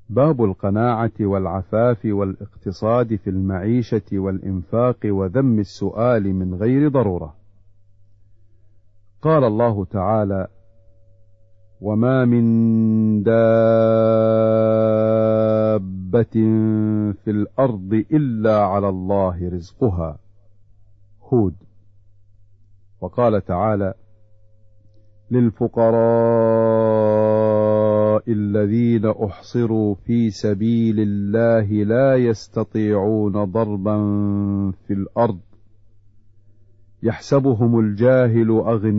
باب القناعة والعفاف والاقتصاد في المعيشة والإنفاق وذم السؤال من غير ضرورة. قال الله تعالى: وما من دابة في الأرض إلا على الله رزقها. هود. وقال تعالى: للفقراء الذين أحصروا في سبيل الله لا يستطيعون ضربا في الأرض يحسبهم الجاهل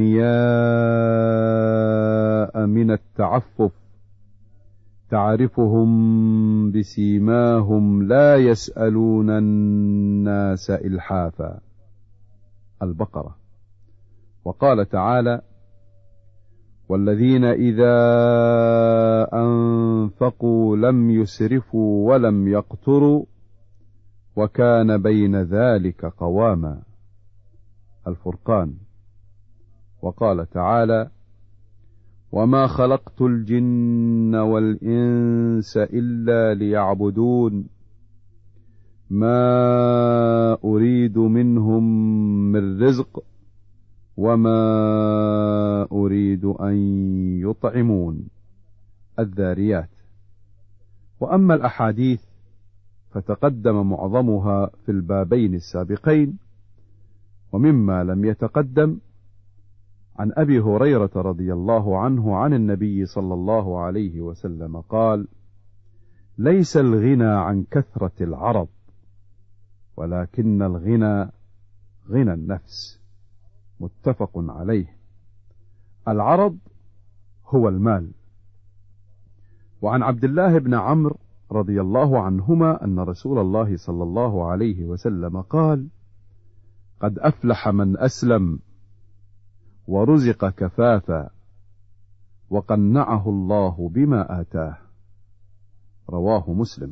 أغنياء من التعفف تعرفهم بسيماهم لا يسألون الناس إلحافا. البقرة. وقال تعالى: والذين إذا أنفقوا لم يسرفوا ولم يقتروا وكان بين ذلك قواما. الفرقان. وقال تعالى: وما خلقت الجن والإنس إلا ليعبدون ما أريد منهم من رزق وما أريد أن يطعمون. الذاريات. وأما الأحاديث فتقدم معظمها في البابين السابقين، ومما لم يتقدم عن أبي هريرة رضي الله عنه عن النبي صلى الله عليه وسلم قال: ليس الغنى عن كثرة العرض ولكن الغنى غنى النفس. متفق عليه. العرض هو المال. وعن عبد الله بن عمرو رضي الله عنهما أن رسول الله صلى الله عليه وسلم قال: قد أفلح من أسلم ورزق كفافا وقنعه الله بما آتاه. رواه مسلم.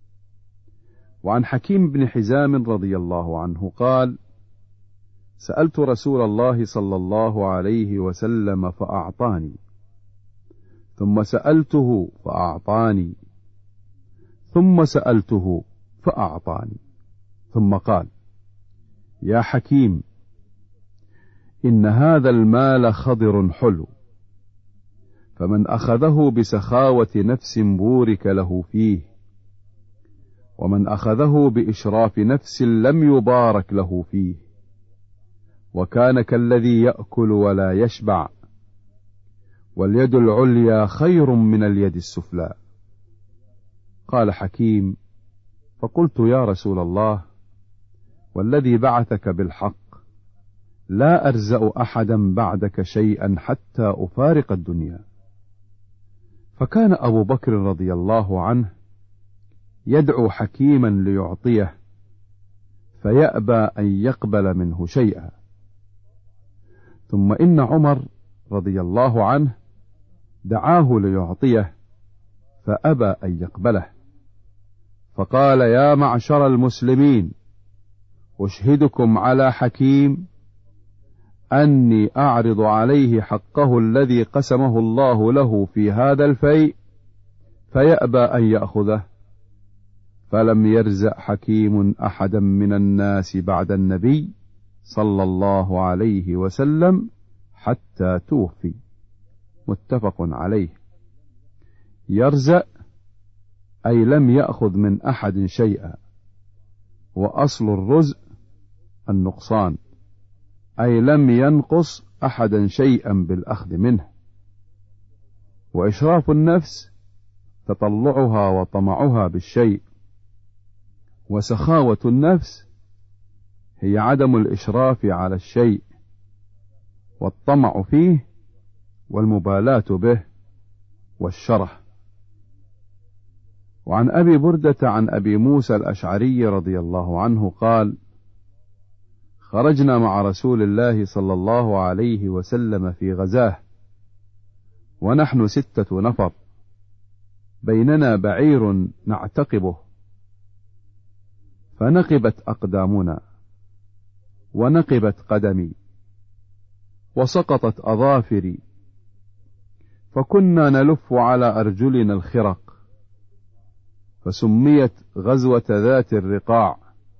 وعن حكيم بن حزام رضي الله عنه قال: سألت رسول الله صلى الله عليه وسلم فأعطاني، ثم سألته فأعطاني، ثم سألته فأعطاني، ثم قال: يا حكيم، إن هذا المال خضر حلو، فمن أخذه بسخاوة نفس بورك له فيه، ومن أخذه بإشراف نفس لم يبارك له فيه، وكان كالذي يأكل ولا يشبع، واليد العليا خير من اليد السفلى. قال حكيم: فقلت يا رسول الله، والذي بعثك بالحق لا أرزأ أحدا بعدك شيئا حتى أفارق الدنيا. فكان أبو بكر رضي الله عنه يدعو حكيما ليعطيه فيأبى أن يقبل منه شيئا، ثم إن عمر رضي الله عنه دعاه ليعطيه فأبى أن يقبله، فقال: يا معشر المسلمين، أشهدكم على حكيم أني أعرض عليه حقه الذي قسمه الله له في هذا الفيء فيأبى أن يأخذه. فلم يرزق حكيم أحدا من الناس بعد النبي صلى الله عليه وسلم حتى توفي. متفق عليه. يرزق أي لم يأخذ من أحد شيئا، وأصل الرزق النقصان، أي لم ينقص أحدا شيئا بالأخذ منه. وإشراف النفس تطلعها وطمعها بالشيء، وسخاوة النفس هي عدم الإشراف على الشيء والطمع فيه والمبالاة به والشرح. وعن أبي بردة عن أبي موسى الأشعري رضي الله عنه قال: خرجنا مع رسول الله صلى الله عليه وسلم في غزاه، ونحن 6 نفر، بيننا بعير نعتقبه، فنقبت أقدامنا ونقبت قدمي وسقطت أظافري، فكنا نلف على أرجلنا الخرق، فسميت غزوة ذات الرقاع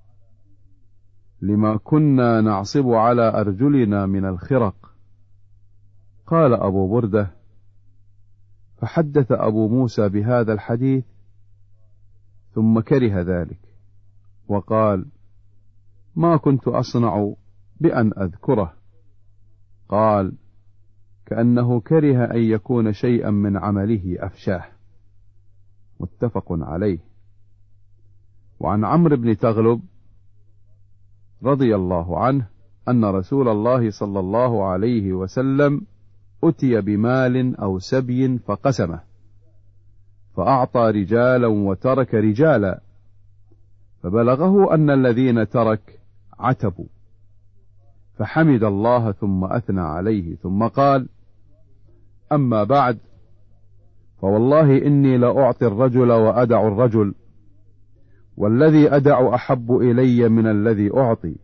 لما كنا نعصب على أرجلنا من الخرق. قال أبو بردة: فحدث أبو موسى بهذا الحديث ثم كره ذلك وقال: ما كنت أصنع بأن أذكره. قال: كأنه كره أن يكون شيئا من عمله أفشاه. متفق عليه. وعن عمرو بن تغلب رضي الله عنه أن رسول الله صلى الله عليه وسلم أتي بمال أو سبي فقسمه، فأعطى رجالا وترك رجالا، فبلغه أن الذين ترك عتبوا، فحمد الله ثم أثنى عليه ثم قال: أما بعد، فوالله إني لأعطي الرجل وأدع الرجل، والذي أدع أحب إلي من الذي أعطي،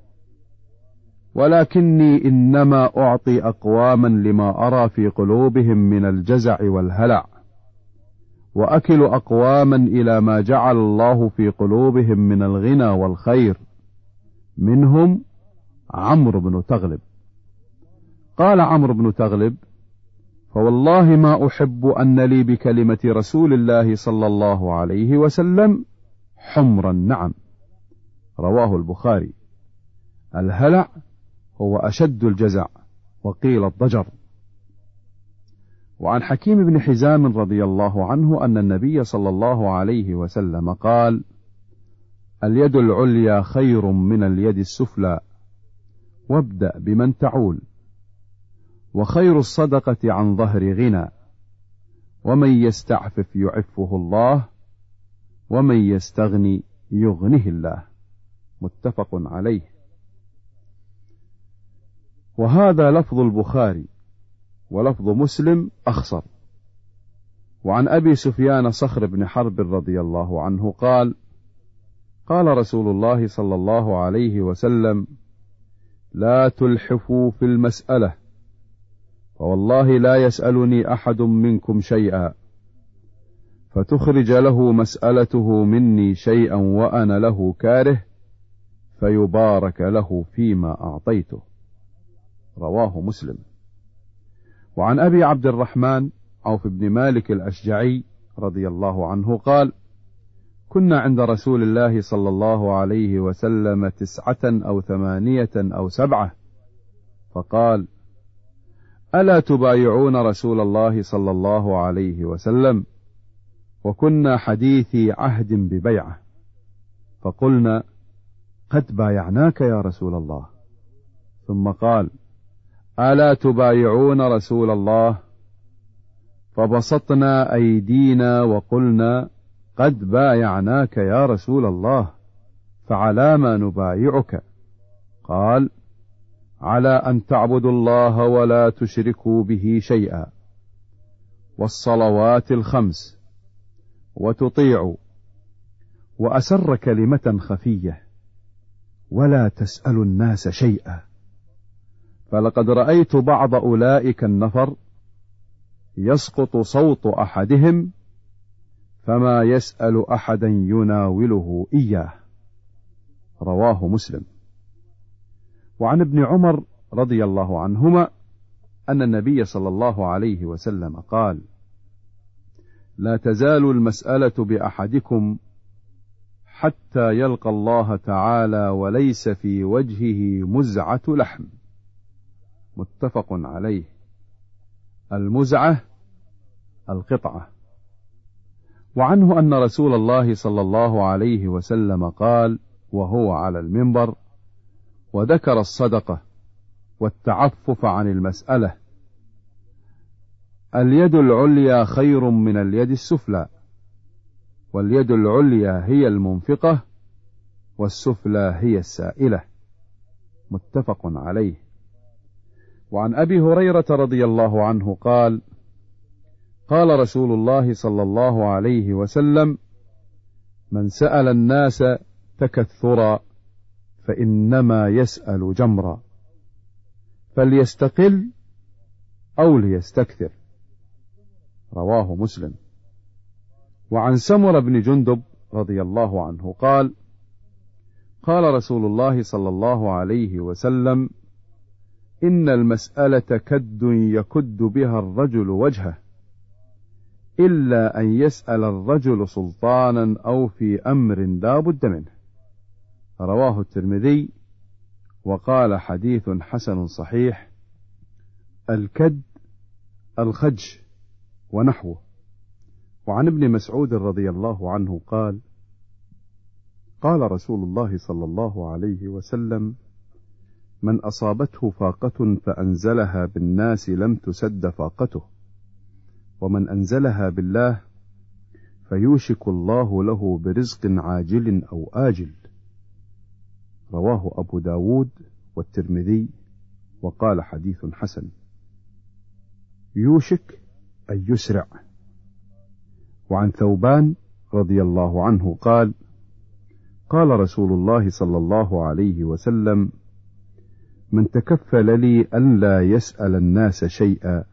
ولكني إنما أعطي أقواما لما أرى في قلوبهم من الجزع والهلع، وأكل أقواما إلى ما جعل الله في قلوبهم من الغنى والخير، منهم عمرو بن تغلب. قال عمرو بن تغلب: فوالله ما أحب أن لي بكلمة رسول الله صلى الله عليه وسلم حمر النعم. رواه البخاري. الهلع هو أشد الجزع، وقيل الضجر. وعن حكيم بن حزام رضي الله عنه أن النبي صلى الله عليه وسلم قال: اليد العليا خير من اليد السفلى، وابدأ بمن تعول، وخير الصدقة عن ظهر غنى، ومن يستعفف يعفه الله، ومن يستغني يغنه الله. متفق عليه. وهذا لفظ البخاري، ولفظ مسلم أخصر. وعن أبي سفيان صخر بن حرب رضي الله عنه قال: قال رسول الله صلى الله عليه وسلم: لا تلحفوا في المسألة، فوالله لا يسألني أحد منكم شيئا فتخرج له مسألته مني شيئا وأنا له كاره، فيبارك له فيما أعطيته. رواه مسلم. وعن أبي عبد الرحمن عوف بن مالك الأشجعي رضي الله عنه قال: كنا عند رسول الله صلى الله عليه وسلم 9 أو 8 أو 7، فقال: ألا تبايعون رسول الله صلى الله عليه وسلم؟ وكنا حديثي عهد ببيعة، فقلنا: قد بايعناك يا رسول الله. ثم قال: ألا تبايعون رسول الله؟ فبسطنا أيدينا وقلنا: قد بايعناك يا رسول الله، فعلى ما نبايعك؟ قال: على أن تعبدوا الله ولا تشركوا به شيئا، والصلوات الخمس، وتطيعوا، وأسر كلمة خفية، ولا تسألوا الناس شيئا. فلقد رأيت بعض أولئك النفر يسقط صوت أحدهم فما يسأل أحدا يناوله إياه. رواه مسلم. وعن ابن عمر رضي الله عنهما أن النبي صلى الله عليه وسلم قال: لا تزال المسألة بأحدكم حتى يلقى الله تعالى وليس في وجهه مزعة لحم. متفق عليه. المزعة القطعة. وعنه أن رسول الله صلى الله عليه وسلم قال وهو على المنبر وذكر الصدقة والتعفف عن المسألة: اليد العليا خير من اليد السفلى، واليد العليا هي المنفقة، والسفلى هي السائلة. متفق عليه. وعن أبي هريرة رضي الله عنه قال: قال رسول الله صلى الله عليه وسلم: من سأل الناس تكثرا فإنما يسأل جمرا، فليستقل أو ليستكثر. رواه مسلم. وعن سمر بن جندب رضي الله عنه قال: قال رسول الله صلى الله عليه وسلم: إن المسألة كد يكد بها الرجل وجهه، إلا أن يسأل الرجل سلطانا أو في أمر لا بد منه. رواه الترمذي وقال: حديث حسن صحيح. الكد الخج ونحوه. وعن ابن مسعود رضي الله عنه قال: قال رسول الله صلى الله عليه وسلم: من أصابته فاقة فأنزلها بالناس لم تسد فاقته، ومن أنزلها بالله فيوشك الله له برزق عاجل أو آجل. رواه أبو داود والترمذي وقال: حديث حسن. يوشك أي يسرع. وعن ثوبان رضي الله عنه قال: قال رسول الله صلى الله عليه وسلم: من تكفل لي أن لا يسأل الناس شيئا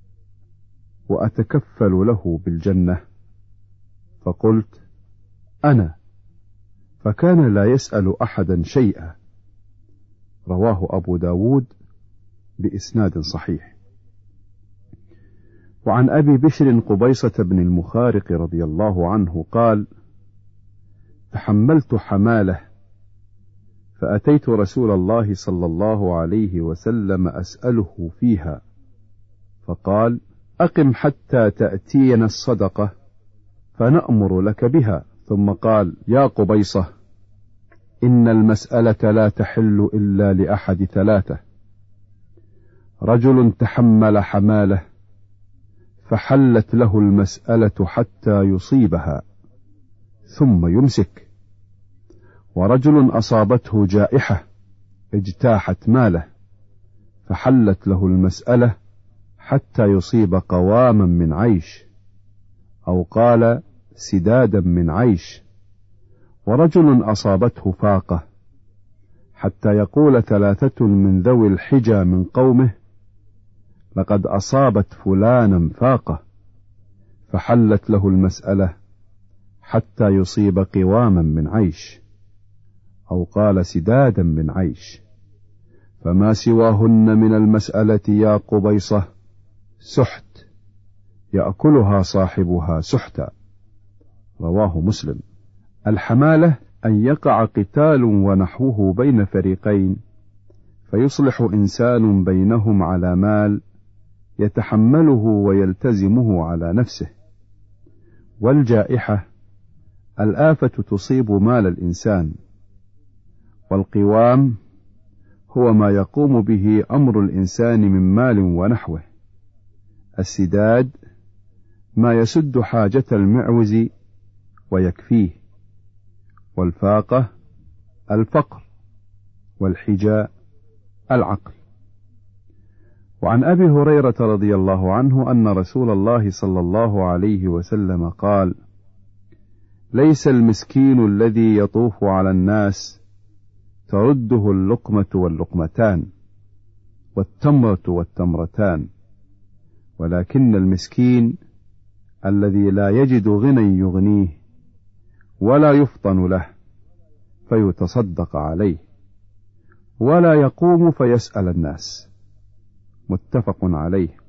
وأتكفل له بالجنة، فقلت: أنا، فكان لا يسأل أحدا شيئا. رواه أبو داود بإسناد صحيح. وعن أبي بشر قبيصة بن المخارق رضي الله عنه قال: تحملت حمالة فأتيت رسول الله صلى الله عليه وسلم أسأله فيها، فقال: أقم حتى تأتينا الصدقة فنأمر لك بها. ثم قال: يا قبيصة، إن المسألة لا تحل إلا لأحد ثلاثة: رجل تحمل حمالة فحلت له المسألة حتى يصيبها ثم يمسك، ورجل أصابته جائحة اجتاحت ماله فحلت له المسألة حتى يصيب قواما من عيش، أو قال سدادا من عيش، ورجل أصابته فاقة حتى يقول ثلاثة من ذوي الحجى من قومه: لقد أصابت فلانا فاقة، فحلت له المسألة حتى يصيب قواما من عيش، أو قال سدادا من عيش، فما سواهن من المسألة يا قبيصة سحت يأكلها صاحبها سحتا. رواه مسلم. الحمالة أن يقع قتال ونحوه بين فريقين فيصلح إنسان بينهم على مال يتحمله ويلتزمه على نفسه. والجائحة الآفة تصيب مال الإنسان. والقوام هو ما يقوم به أمر الإنسان من مال ونحوه. السداد ما يسد حاجة المعوز ويكفيه. والفاقة الفقر. والحجاء العقل. وعن أبي هريرة رضي الله عنه أن رسول الله صلى الله عليه وسلم قال: ليس المسكين الذي يطوف على الناس ترده اللقمة واللقمتان والتمرة والتمرتان، ولكن المسكين الذي لا يجد غنى يغنيه ولا يفطن له فيتصدق عليه ولا يقوم فيسأل الناس. متفق عليه.